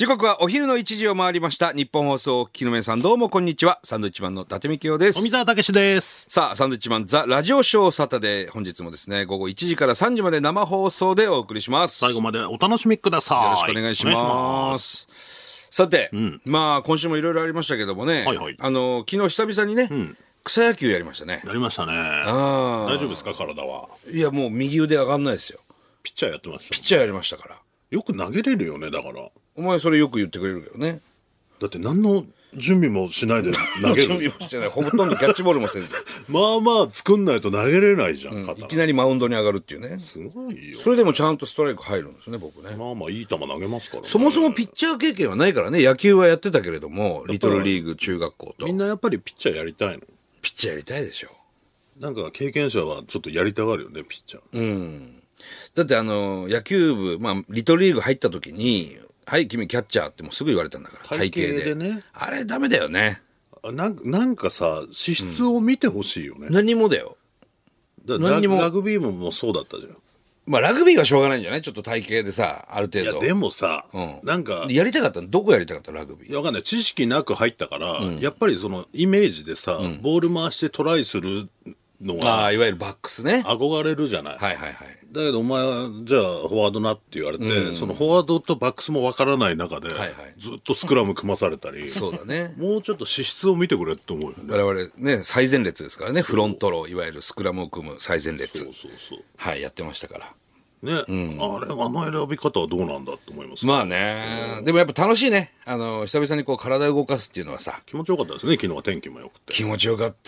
時刻はお昼の1時を回りました。日本放送をお聞きの皆さん、どうもこんにちは。サンドウィッチマンの伊達美京です。 富澤たけしです。 さあ、サンドウィッチマンザラジオショーサタデー、本日もですね、午後1時から3時まで生放送でお送りします。 最後までお楽しみください。 よろしくお願いします。さて、まあ今週もいろいろありましたけどもね、 はいはい、 昨日久々にね、草野球やりましたね。 やりましたね。大丈夫ですか、体は。 いや、もう右腕上がんないですよ。 ピッチャーやってました。 ピッチャーやりましたから。 よく投げれるよね、だから。 お前それよく言ってくれるけどね。 だって何の準備もしないで投げる。 準備もしてない。ほとんどキャッチボールもせず。 まあまあ作んないと投げれないじゃん、 いきなりマウンドに上がるっていうね。 すごいよ。 それでもちゃんとストライク入るんですね、僕ね。 まあまあいい球投げますからね。 そもそもピッチャー経験はないからね。野球はやってたけれども、リトルリーグ、中学校と。 みんなやっぱりピッチャーやりたいの。 ピッチャーやりたいでしょ。 なんか経験者はちょっとやりたがるよね、ピッチャー。 だって野球部、まあ、リトルリーグ入った時に、はい、君キャッチャーってもうすぐ言われたんだから、体型で。 ね。 あれダメだよね。 なんかさ、資質を見てほしいよね。 何もだよ。 何も。ラグビーもそうだったじゃん。 まあ、ラグビーはしょうがないんじゃない？ちょっと体型でさ、ある程度。 いや、でもさ、なんか。 やりたかったの？どこやりたかったラグビー。 いや、わかんない。知識なく入ったから、やっぱりそのイメージでさ、ボール回してトライするのは、 いわゆるバックスね。 憧れるじゃない。 はいはいはい。だけどお前はじゃあフォワードなって言われて、そのフォワードとバックスもわからない中で、ずっとスクラム組まされたり、 そうだね。 もうちょっと資質を見てくれって思うよね。 我々ね、最前列ですからね、フロントロー、いわゆるスクラムを組む最前列。そうはい、やってましたから。 ね、あれ、あの選び方はどうなんだと思います。 まあね、でもやっぱ楽しいね。久々にこう体を動かすっていうのはさ。 気持ちよかったですね、昨日は天気も良くて。 気持ちよかった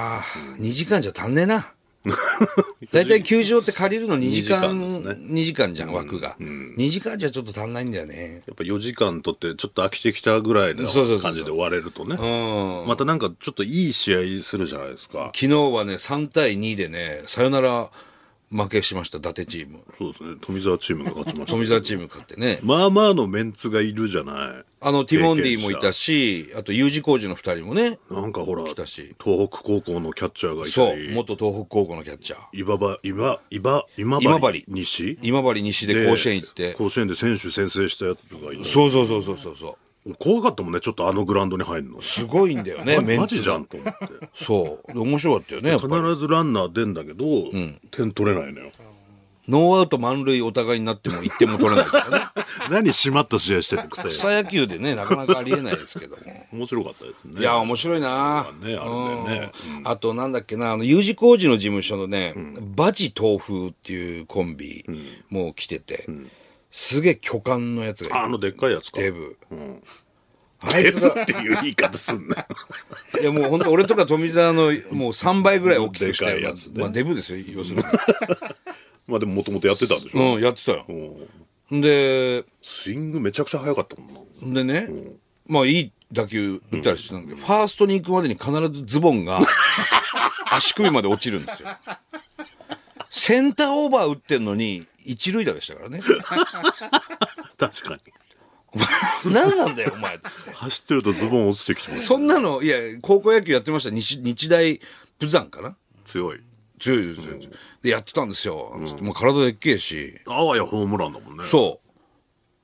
。2時間じゃ足んねえな。だいたい球場って借りるの2時間、2時間じゃん、枠が。2時間じゃちょっと足んないんだよね。 やっぱ4時間とってちょっと飽きてきたぐらいの感じで終われるとね。またなんかちょっといい試合するじゃないですか。 昨日はね、3対2でね、サヨナラ負けしました、伊達チーム。 そうですね、富澤チームが勝ちました、 富澤チーム勝ってね。 まあまあのメンツがいるじゃない。 ティモンディもいたし、あと U 字工事の2人もね。 なんかほら、 来たし東北高校のキャッチャーがいたり。 そう、元東北高校のキャッチャー。 今治西今治西で甲子園行って。 甲子園で選手宣誓したやつがいた。 そう。 怖かったもんね、ちょっとあのグラウンドに入るの。 すごいんだよね、 マジじゃんと思って。 そう。面白かったよね、 必ずランナー出んだけど、点取れないのよ。 ノーアウト満塁お互いになっても1点も取れないからね。 何締まった試合してる草野球でね、なかなかありえないですけども。 面白かったですね。 いや、面白いなあれね。 あとなんだっけな、U 字工事の事務所のね、バジ豆腐っていうコンビも来てて、すげえ巨漢のやつがいる。 でっかいやつか。 デブ。 デブっていう言い方すんな。 いやもう本当俺とか富澤のもう3倍ぐらい大きくしたやつ。まあデブですよ、要するに。 まあでももともとやってたんでしょ。 やってたよ。で、 スイングめちゃくちゃ速かったもんな。でね、まあいい打球打ったりしてたんだけど、ファーストに行くまでに必ずズボンが足首まで落ちるんですよ。センターオーバー打ってんのに一塁打でしたからね。 確かに。 何なんだよお前っつって。 走ってるとズボン落ちてきてます。 そんなの、いや、高校野球やってました。日大プザンかな。 強いですよ。で、やってたんですよ。もう体でっけえし。 あわやホームランだもんね。 そう。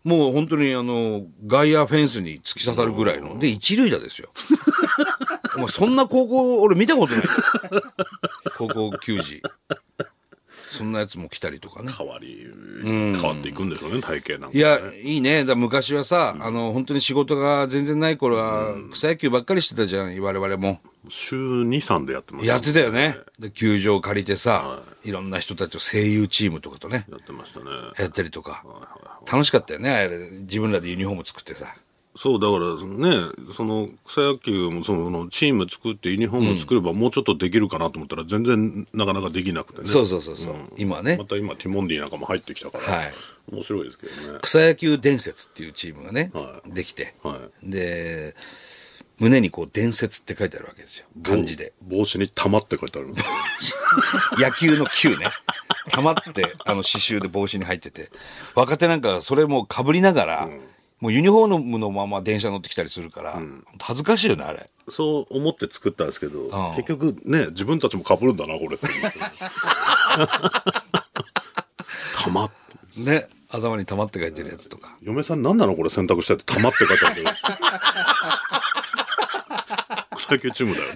もう本当に外野フェンスに突き刺さるぐらいの。で、一塁打ですよ。お前そんな高校、俺見たことないよ。高校球児。そんなやつも来たりとかね。 変わっていくんでしょうね、体型なんか、ね。 いや、いいね。昔はさ、本当に仕事が全然ない頃は、草野球ばっかりしてたじゃん、我々も。 週2、3でやってました、 やってたよね。で、球場借りてさ、いろんな人たちと声優チームとかとね。 やってましたね。 やったりとか。楽しかったよね、あれ。自分らでユニフォーム作ってさ。 そう、だからね、その草野球もそのチーム作ってユニフォーム作ればもうちょっとできるかなと思ったら全然なかなかできなくてね。 そう。今ね。 また今ティモンディなんかも入ってきたから、面白いですけどね。 草野球伝説っていうチームがね、できて。で、胸にこう伝説って書いてあるわけですよ。漢字で。 帽子に玉って書いてある。 野球の球ね。玉って刺繍で帽子に入ってて。若手なんかそれも被りながら、もうユニフォームのまま電車乗ってきたりするから、恥ずかしいよね、あれ。 そう思って作ったんですけど、結局ね、自分たちも被るんだな、これって。玉って。 ね。 頭に溜まって書いてるやつとか。 嫁さん何なのこれ選択したって溜まって書いてあるけど。草野球チームだよ。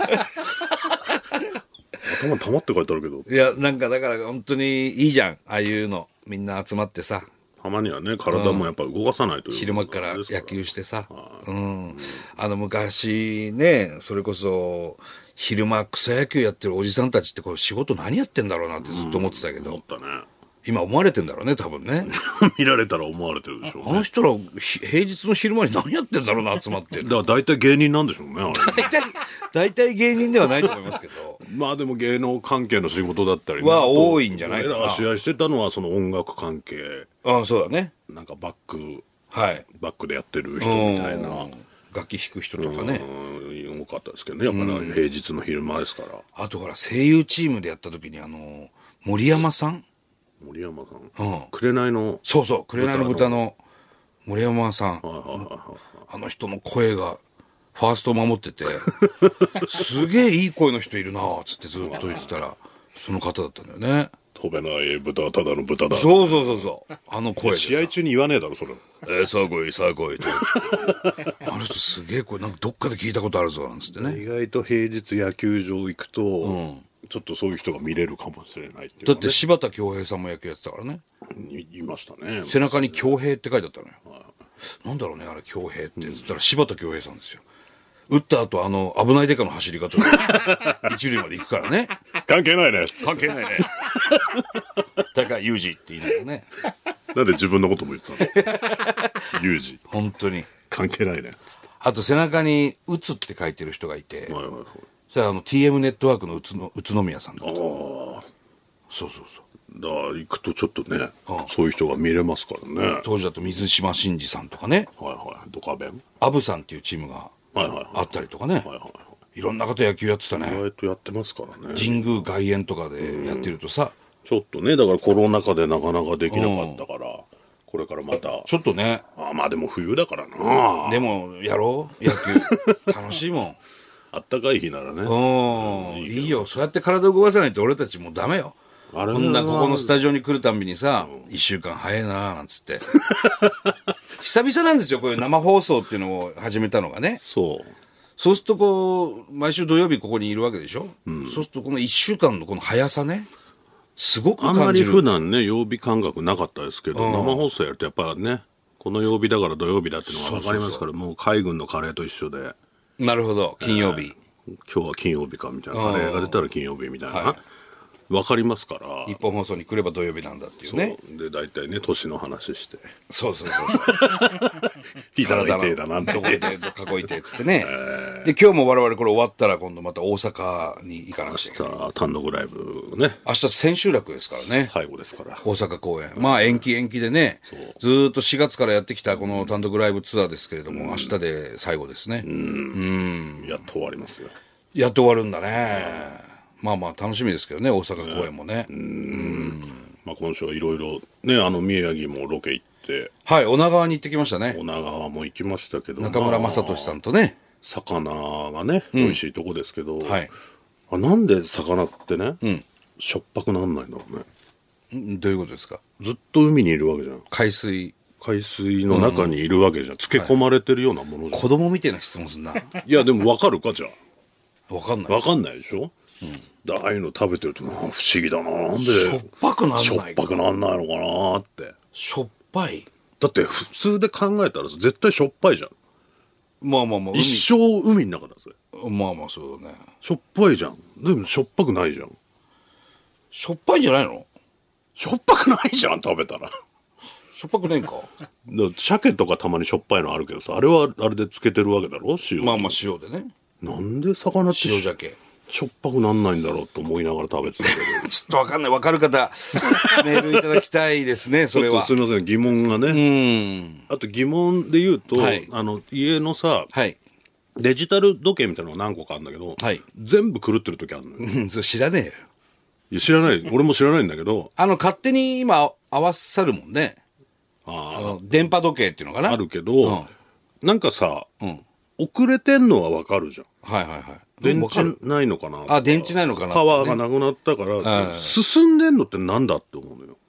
頭に溜まって書いてあるけど。 いや、なんかだから本当にいいじゃん。ああいうの。みんな集まってさ。 たまにはね、体もやっぱ動かさないという、 昼間から野球してさ。うん。昔ね、それこそ、昼間草野球やってるおじさんたちってこれ仕事何やってんだろうなってずっと思ってたけど。 思ったね。 今思われてんだろうね、多分ね。 見られたら思われてるでしょうね。 あの人ら、平日の昼間に何やってんだろうな、集まって。 だから大体芸人なんでしょうね、あれ。 大体芸人ではないと思いますけど。 まあでも芸能関係の仕事だったりねは多いんじゃないかな。 俺らが試合してたのはその音楽関係。 ああ、そうだね。 なんかバックでやってる人みたいな。 楽器弾く人とかね。 多かったですけどね。やっぱり平日の昼間ですから。 あとほら、声優チームでやった時に森山さん森山さん、紅のそうそう紅の豚の森山さん、あの人の声がファーストを守っててすげえいい声の人いるなーっつってずっと言ってたらその方だったんだよね。 飛べない豚はただの豚だ。 そうあの声で試合中に言わねえだろそれ。 さあ来いさあ来いあの人すげえ声なんかどっかで聞いたことあるぞなんつってね。 意外と平日野球場行くと、ちょっとそういう人が見れるかもしれないっていう、ね、 だって柴田恭平さんも野球やってたからね。 いましたね。 背中に恭平って書いてあったのよ。なんだろうねあれ恭平って言ったら柴田恭平さんですよ。打った後危ないデカの走り方で一塁まで行くからね。 関係ないね。 関係ないね。高い裕二って言いながらね。 なんで自分のことも言ってたの。裕二。 本当に関係ないね。つって。 あと背中に打つって書いてる人がいて。 はいはいはい。 それはTM ネットワークの宇都宮さんだった。そうだから行くとちょっとね、そういう人が見れますからね。 当時だと水島新司さんとかね。 はいはい。ドカベン。 アブさんっていうチームがあったりとかね。いろんな方野球やってたね。 意外とやってますからね。 神宮外苑とかでやってるとさ。 ちょっとね、だからコロナ禍でなかなかできなかったから、これからまた。 ちょっとね。 まあでも冬だからな。 でもやろう野球。楽しいもん。 あったかい日ならね。 いいよ。そうやって体を動かさないと俺たちもうダメよ。こんなここのスタジオに来るたんびにさ、1週間早いなーなんつって。久々なんですよ、こういう生放送っていうのを始めたのがね。そうするとこう、毎週土曜日ここにいるわけでしょ。そうするとこの1週間のこの速さね、すごく感じる。 あんまり普段ね、曜日感覚なかったですけど、生放送やるとやっぱね、この曜日だから土曜日だっていうのが分かりますから、もう海軍のカレーと一緒で。 なるほど、金曜日。 今日は金曜日かみたいな、カレーが出たら金曜日みたいな。分かりますから。 日本放送に来れば土曜日なんだっていうね。 で大体ね年の話して。 そう膝が痛いだなんてどこで過去いてっつってね。で今日も我々これ終わったら今度また大阪に行かなくちゃいけない。 明日単独ライブね。 明日千秋楽ですからね。 最後ですから。 大阪公演。まあ延期でね。ずーっと4月からやってきたこの単独ライブツアーですけれども、明日で最後ですね。 やっと終わりますよ。 やっと終わるんだね。まあまあ楽しみですけどね、大阪公演もね。 まあ今週はいろいろね、宮城もロケ行って。 はい、女川に行ってきましたね。 女川も行きましたけど。 中村雅俊さんとね。 魚がね、美味しいとこですけど。 はい。 なんで魚ってね、しょっぱくなんないんだろうね。どういうことですか？ ずっと海にいるわけじゃん。 海水の中にいるわけじゃん。漬け込まれてるようなものじゃん。 子供みたいな質問すんな。 いや、でも分かるかじゃあ。 分かんない。 分かんないでしょ？ああいうの食べてると不思議だな。なんでしょっぱくなんないしょっぱくなんないのかなって。 しょっぱい。 だって普通で考えたら絶対しょっぱいじゃん。 まあ一生海の中だぜ。 まあまあそうだね。 しょっぱいじゃん。でもしょっぱくないじゃん。 しょっぱいんじゃないの？ しょっぱくないじゃん食べたら。 しょっぱくないんか。 鮭とかたまにしょっぱいのあるけどさ、あれはあれでつけてるわけだろ、塩。 まあまあ塩でね。 なんで魚って塩鮭しょっぱくなんないんだろうと思いながら食べてたけど。 ちょっとわかんない。わかる方、メールいただきたいですね、それは。 ちょっとすみません、疑問がね。あと疑問で言うと、家のさ、デジタル時計みたいなのが何個かあるんだけど、全部狂ってる時あるのよ。 それ知らねえよ。 いや、知らない。俺も知らないんだけど。 勝手に今合わさるもんね。電波時計っていうのかな。 あるけど、なんかさ、遅れてんのはわかるじゃん。電池ないのかな。 電池ないのかな。 パワーがなくなったから、進んでんのってなんだって思うのよ。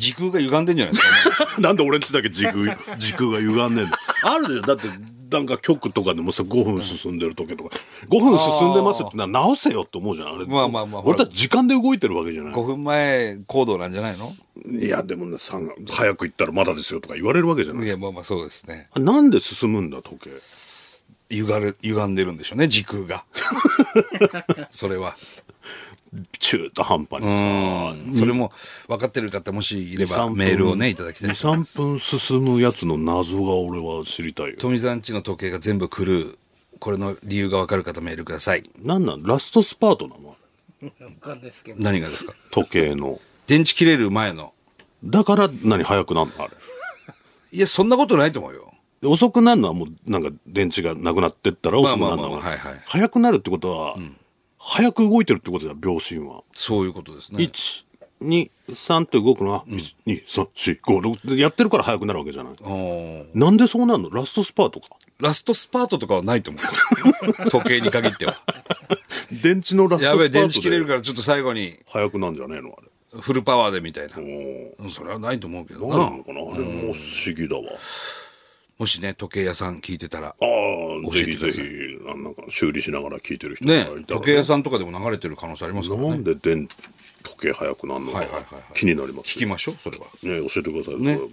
時空が歪んでんじゃないですか、 なんで俺んちだけ時空が歪んでんの。あるでしょ。だってなんか局とかでもさ、5分進んでる時とか、5分進んでますってのは直せよって思うじゃん。あれ俺たち時間で動いてるわけじゃない。 5分前行動なんじゃないの。 いやでもね、早く行ったらまだですよとか言われるわけじゃない。 いやそうですね。 なんで進むんだ時計。 歪んでるんでしょうね、時空が。それは中途半端にさ。それも分かってる方もしいればメールをねいただきたい。 2,3 分進むやつの謎が俺は知りたいよ。 富澤んちの時計が全部狂う、これの理由が分かる方メールください。 なんラストスパートなの。 何がですか。 時計の電池切れる前の。 だから早くなるのあれ。 いやそんなことないと思うよ。 遅くなるのはもうなんか電池がなくなってったら遅くなるのは早くなるってことは、早く動いてるってことだよ、秒針は。 そういうことですね。 1、2、3って動くのは、1、2、3、4、5、6やってるから早くなるわけじゃない。なんでそうなるの。ラストスパートか。 ラストスパートとかはないと思う。時計に限っては。 電池のラストスパートで。 やべえ、電池切れるからちょっと最後に。 早くなんじゃねえのあれ。 フルパワーでみたいな。それはないと思うけどな。 ないのかな。あれも不思議だわ。 もしね、時計屋さん聞いてたら。 ぜひぜひ、なんか修理しながら聞いてる人がいたらね。 時計屋さんとかでも流れてる可能性ありますからね。 なんで時計早くなるのか気になります。 聞きましょう、それは。 ね、教えてください。ね。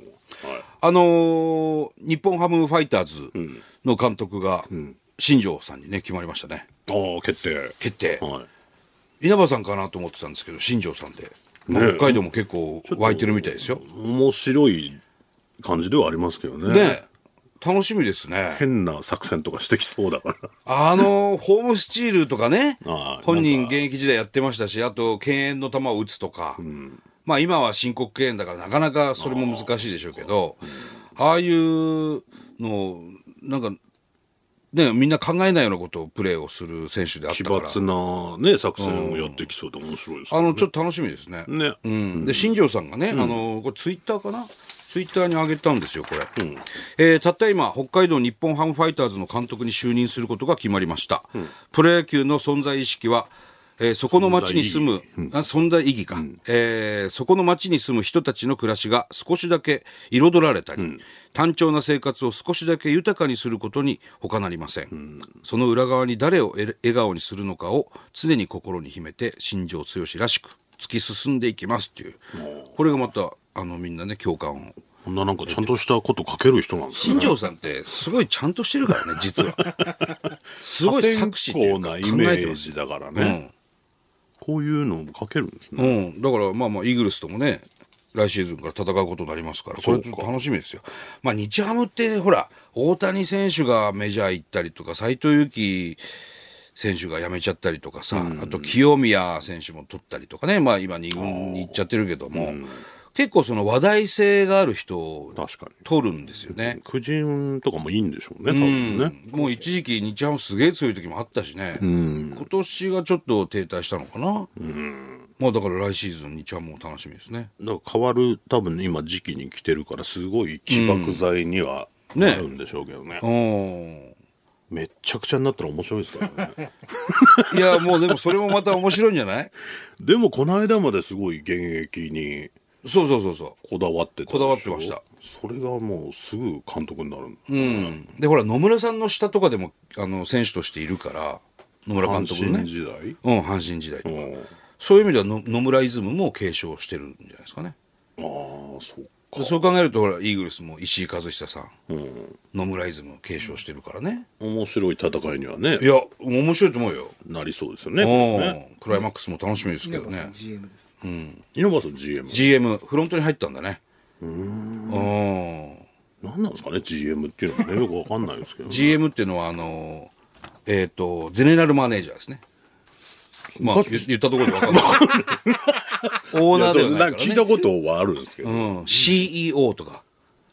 日本ハムファイターズの監督が、新庄さんにね、決まりましたね。 決定。 稲葉さんかなと思ってたんですけど、新庄さんで。北海道も結構湧いてるみたいですよ。 面白い感じではありますけどね。 ね。楽しみですね。 変な作戦とかしてきそうだから。 ホームスチールとかね、本人現役時代やってましたし、あと敬遠の球を打つとか、まあ今は申告敬遠だからなかなかそれも難しいでしょうけど、ああいうのなんかね、みんな考えないようなことをプレーをする選手であったから、 奇抜なね作戦をやってきそうで面白いですね。 ちょっと楽しみですね。で新庄さんがね、これツイッターかな。ツイッターに上げたんですよ、これ。たった今、北海道日本ハムファイターズの監督に就任することが決まりました。プロ野球の存在意識は、そこの町に住む、存在意義か、そこの町に住む人たちの暮らしが少しだけ彩られたり、単調な生活を少しだけ豊かにすることに他なりません。その裏側に誰を笑顔にするのかを常に心に秘めて、新庄剛志らしく突き進んでいきますっていう。これがまた、みんなね、共感を。 こんななんかちゃんとしたこと書ける人なんですね。 新庄さんってすごいちゃんとしてるからね、実は。すごい作詞っていうかなイメージだからね。こういうのも書けるんですね。 だからまあイーグルスともね、来シーズンから戦うことになりますから、これ楽しみですよ。まあ日ハムってほら、大谷選手がメジャー行ったりとか、斎藤佑樹選手が辞めちゃったりとかさ、あと清宮選手も取ったりとかね、まあ今2軍に行っちゃってるけども、結構その話題性がある人を取るんですよね。 巨人とかもいいんでしょうね、多分ね。 もう一時期日ハムすげえ強い時もあったしね、今年がちょっと停滞したのかな。まあだから来シーズン日ハムも楽しみですね。 だから変わる多分今時期に来てるからすごい起爆剤にはなるんでしょうけどね。めっちゃくちゃになったら面白いですからね。 いやもうでもそれもまた面白いんじゃない。 でもこの間まですごい現役にそうこだわってた。 こだわってました。 それがもうすぐ監督になる。 でほら野村さんの下とかでも選手としているから野村監督ね。 阪神時代。 阪神時代とか。そういう意味では野村イズムも継承してるんじゃないですかね。そう考えるとほらイーグルスも石井一久さん、野村イズムを継承してるからね。 面白い戦いにはね。 いや面白いと思うよ。 なりそうですよね。 クライマックスも楽しみですけどね。 稲葉さん GM。 GM フロントに入ったんだね。 何なんですかね GM っていうのはねよくわかんないですけど。 GM っていうのはゼネラルマネージャーですね。まあ言ったところでわかんない。オーナーではないからね。 聞いたことはあるんですけど。 CEO とか。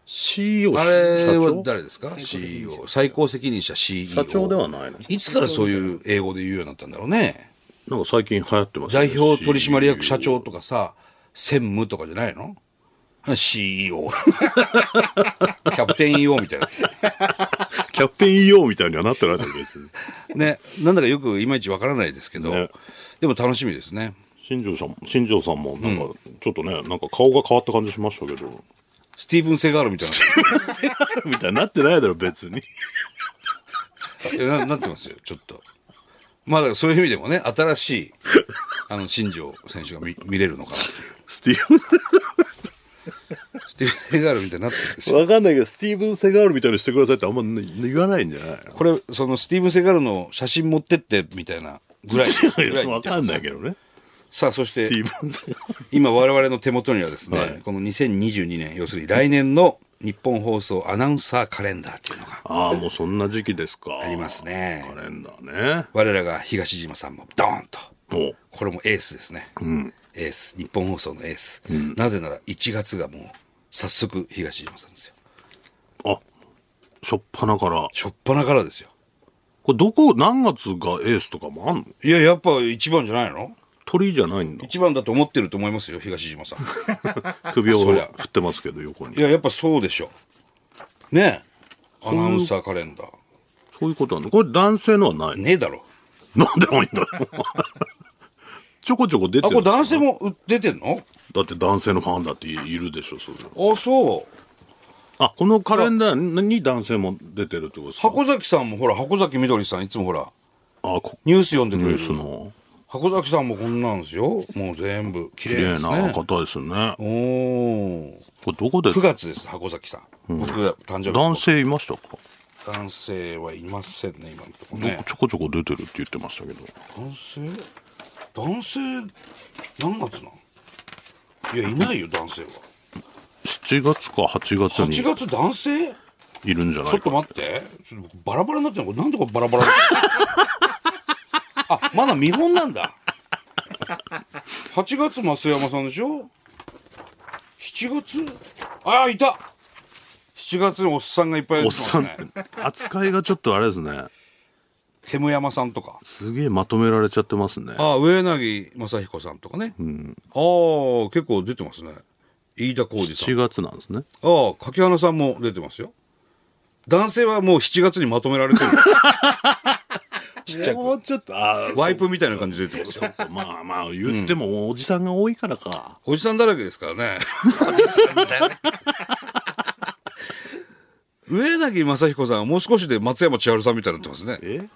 CEO あれは誰ですか CEO。最高責任者 CEO。 社長ではないの。 いつからそういう英語で言うようになったんだろうね。 なんか最近流行ってますね。代表取締役社長とかさ、専務とかじゃないの ?CEO。キャプテン EO みたいな。 キャプテン EO みたいにはなってないですね。なんだかよくいまいちわからないですけど、でも楽しみですね。 新庄さんもなんか、ちょっとね、なんか顔が変わった感じしましたけど。 スティーブン・セガールみたいみたいになってないだろ、別に。 いやなってますよ、ちょっと。まあだからそういう意味でもね、新しい、新庄選手が見れるのかなっていう。 スティーブン・セガールみたいになってるんですよ。 わかんないけど、スティーブン・セガールみたいにしてくださいってあんま言わないんじゃないの？ これ、そのスティーブン・セガールの写真持ってってみたいなぐらい。 わかんないけどね。 さあ、そしてスティーブン・セガール。 今我々の手元にはですね、 はい、 この2022年、要するに来年の日本放送アナウンサーカレンダーっていうのがああ、もうそんな時期ですか。 ありますね。 カレンダーね。 我らが東島さんもドーンと。 おこれもエースですね。エース。日本放送のエース。なぜなら1月がもう早速東島さんですよ。 あ、しょっぱなから。 しょっぱなからですよ。 これ何月がエースとかもあんの？ いや、やっぱ一番じゃないの？ 鳥じゃないんだ。 一番だと思ってると思いますよ、東島さん。 首を振ってますけど、横に。 いや、やっぱそうでしょ。ねえ。アナウンサーカレンダー。 そういうことなの？これ男性のはない？ ねえだろ。 なんでもいいんだよ。ちょこちょこ出てる。 あ、これ男性も出てんの？ だって男性のファンだっているでしょ、それ。 あ、そう。 あ、このカレンダーに男性も出てるってことですか？ 箱崎さんもほら、箱崎みどりさんいつもほら、 あ、 ニュース読んでくれる。 ニュースの。 箱崎さんもこんなんですよ。もう全部綺麗ですね。 綺麗な方ですね。 おこれどこで ？9月です、箱崎さん。僕が誕生日。 男性いましたか？ 男性はいませんね、今のところね。 ちょこちょこ出てるって言ってましたけど。 男性何月なん？いや、いないよ、男性は。 7月か8月に 8月男性いるんじゃないか。 ちょっと待って。ちょっとバラバラになってるの？これなんでこれバラバラあ、まだ見本なんだ。8月増山さんでしょ？ 7 月？ああ、いた！ 7 月におっさんがいっぱい出てますね。 おっさんって扱いがちょっとあれですね。 煙山さんとか。 すげえまとめられちゃってますね。 ああ、上柳正彦さんとかね。ああ、結構出てますね。飯田浩二さん。 7月なんですね。 ああ、柿花さんも出てますよ。男性はもう7月にまとめられてる。ちっちゃく。 もうちょっと、 ワイプみたいな感じで出てますよ。 まあまあ言ってもおじさんが多いからか。 おじさんだらけですからね。おじさんだらけ。上柳正彦さんはもう少しで松山千春さんみたいになってますね。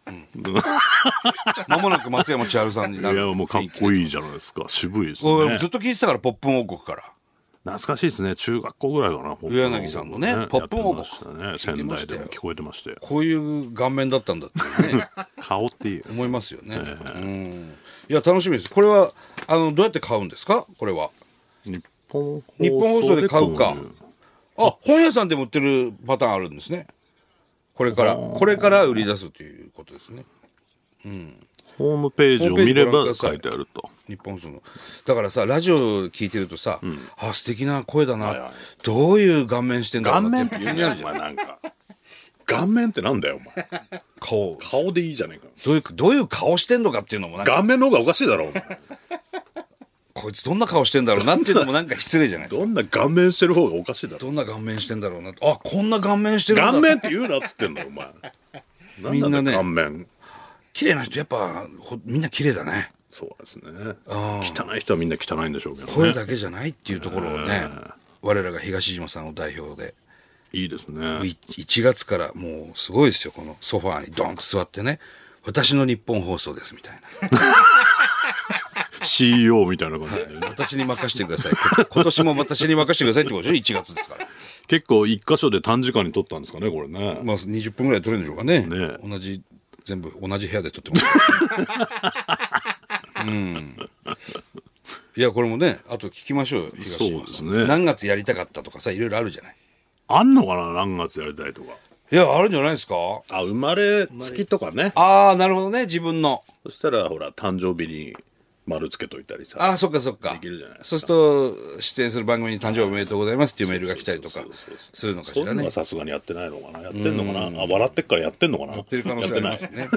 まもなく松山千春さんになる。 いや、もうかっこいいじゃないですか。渋いですね。 ずっと聞いてたから、ポップン王国から。 懐かしいですね。中学校ぐらいかな。 上柳さんのね、ポップン王国。 仙台でも聞こえてまして。 こういう顔面だったんだってね。 顔っていう。 思いますよね。いや、楽しみです。これは、どうやって買うんですか？これは。 日本放送で買うか。あ、本屋さんでも売ってるパターンあるんですね。これから売り出すということですね。 ホームページを見れば書いてあると。 日本放送の。だからさ、ラジオ聞いてるとさ、あ、素敵な声だな。どういう顔面してんだろうなって。 顔面ってお前なんか。顔面ってなんだよ、お前。顔でいいじゃねえか。 どういう顔してんのかっていうのもなんか。 顔面の方がおかしいだろ、お前。 こいつどんな顔してんだろうなっていうのもなんか失礼じゃないですか。 どんな顔面してる方がおかしいだろ。 どんな顔面してんだろうな。あ、こんな顔面してるんだ。 顔面って言うなっつってんだお前。 みんなね、 顔面。 綺麗な人やっぱみんな綺麗だね。 そうですね。汚い人はみんな汚いんでしょうけどね。 声だけじゃないっていうところをね、我らが東島さんを代表で。 いいですね。 1月からもうすごいですよ。このソファーにドンと座ってね、私の日本放送ですみたいな。 CEO みたいな感じで、ね、 私に任せてください。今年も私に任せてくださいってことでしょ。1月ですから。 結構一箇所で短時間に撮ったんですかね、これね。 まあ20分ぐらい撮れるんでしょうかね。全部同じ部屋で撮ってます。いや、これもね、あと聞きましょうよ、東島さん。そうですね。何月やりたかったとかさ、いろいろあるじゃない。 あんのかな、何月やりたいとか。 いや、あるんじゃないですか。 あ、生まれ月とかね。 ああ、なるほどね、自分の。 そしたら、ほら、誕生日に丸つけといたりさ。 ああ、そっかそっか。 できるじゃないですか。 そうすると、出演する番組に誕生日おめでとうございますっていうメールが来たりとかするのかしらね。そういうのはさすがにやってないのかな。やってんのかな。あ、笑ってっからやってんのかな。 やってる可能性ありますね。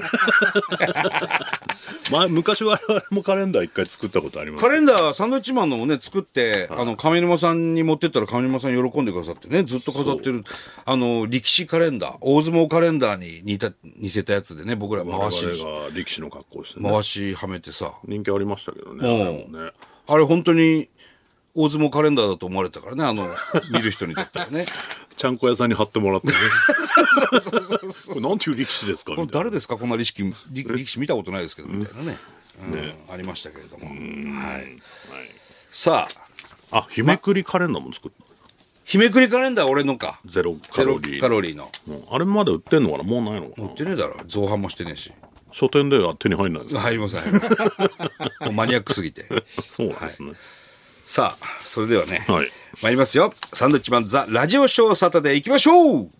昔我々もカレンダー一回作ったことあります。 カレンダーサンドウィッチマンのもね作って、上沼さんに持ってったら上沼さん喜んでくださってね、ずっと飾ってる力士カレンダー、大相撲カレンダーに似せたやつでね、僕ら回し我々が力士の格好してね、 回しはめてさ、 人気ありました。 したけどね。 あれ本当に大相撲カレンダーだと思われたからね、見る人にとってはね。 ちゃんこ屋さんに貼ってもらってね。これなんていう力士ですかみたいな。 誰ですかこんな力士見たことないですけどみたいなね、ありましたけれども。はい。さあ、日めくりカレンダーも作った。 日めくりカレンダー俺のか。 ゼロカロリーの。 あれまで売ってんのかな、もうないのかな。 売ってねえだろ、造反もしてねえし。 書店では手に入んないですか。 入りません。もうマニアックすぎて。 そうなんですね。 さあそれではね、 はい、 参りますよ。サンドウィッチマンザラジオショーサタデー行きましょう。